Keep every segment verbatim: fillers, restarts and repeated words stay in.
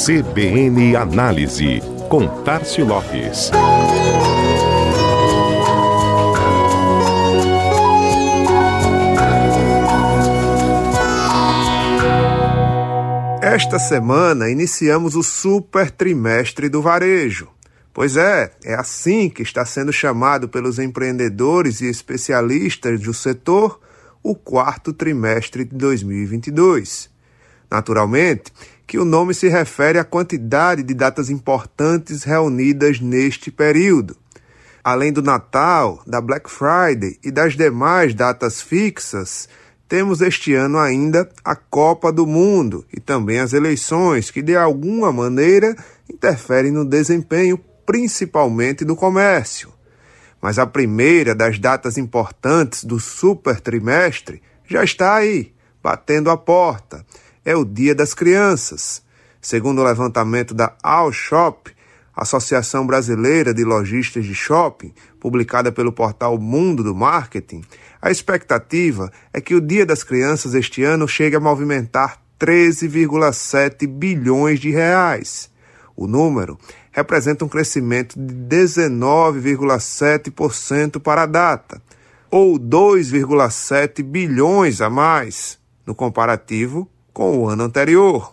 C B N Análise, com Tárcio Lopes. Esta semana iniciamos o super trimestre do varejo. Pois é, é assim que está sendo chamado pelos empreendedores e especialistas do setor o quarto trimestre de dois mil e vinte e dois. Naturalmente, que o nome se refere à quantidade de datas importantes reunidas neste período. Além do Natal, da Black Friday e das demais datas fixas, temos este ano ainda a Copa do Mundo e também as eleições, que de alguma maneira interferem no desempenho, principalmente do comércio. Mas a primeira das datas importantes do super trimestre já está aí, batendo a porta. É o Dia das Crianças. Segundo o levantamento da Allshop, Associação Brasileira de Lojistas de Shopping, publicada pelo portal Mundo do Marketing, a expectativa é que o Dia das Crianças este ano chegue a movimentar treze vírgula sete bilhões de reais. O número representa um crescimento de dezenove vírgula sete por cento para a data, ou dois vírgula sete bilhões a mais, no comparativo com o ano anterior.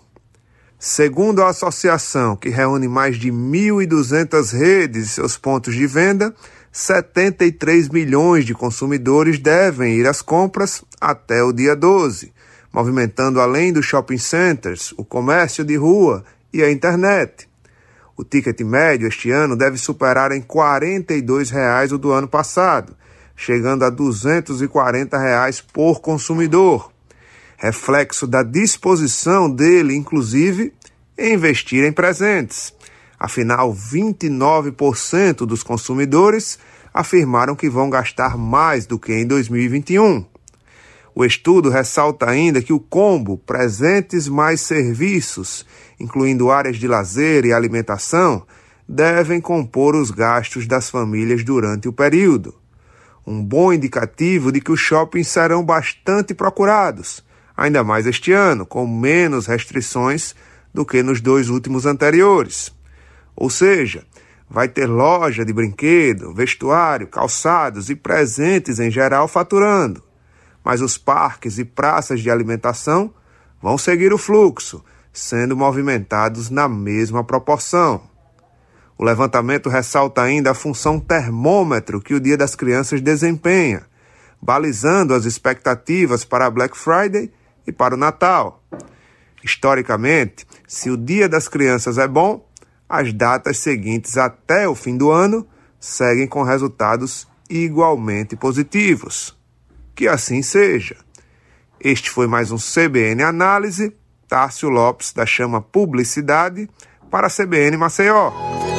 Segundo a associação, que reúne mais de mil e duzentas redes e seus pontos de venda, setenta e três milhões de consumidores devem ir às compras até o dia doze, movimentando além dos shopping centers, o comércio de rua e a internet. O ticket médio este ano deve superar em quarenta e dois reais o do ano passado, chegando a duzentos e quarenta reais por consumidor. Reflexo da disposição dele, inclusive, em investir em presentes. Afinal, vinte e nove por cento dos consumidores afirmaram que vão gastar mais do que em dois mil e vinte e um. O estudo ressalta ainda que o combo presentes mais serviços, incluindo áreas de lazer e alimentação, devem compor os gastos das famílias durante o período. Um bom indicativo de que os shoppings serão bastante procurados, ainda mais este ano, com menos restrições do que nos dois últimos anteriores. Ou seja, vai ter loja de brinquedo, vestuário, calçados e presentes em geral faturando. Mas os parques e praças de alimentação vão seguir o fluxo, sendo movimentados na mesma proporção. O levantamento ressalta ainda a função termômetro que o Dia das Crianças desempenha, balizando as expectativas para a Black Friday e para o Natal. Historicamente, se o Dia das Crianças é bom, as datas seguintes até o fim do ano seguem com resultados igualmente positivos. Que assim seja. Este foi mais um C B N Análise, Tárcio Lopes da Chama Publicidade, para a C B N Maceió.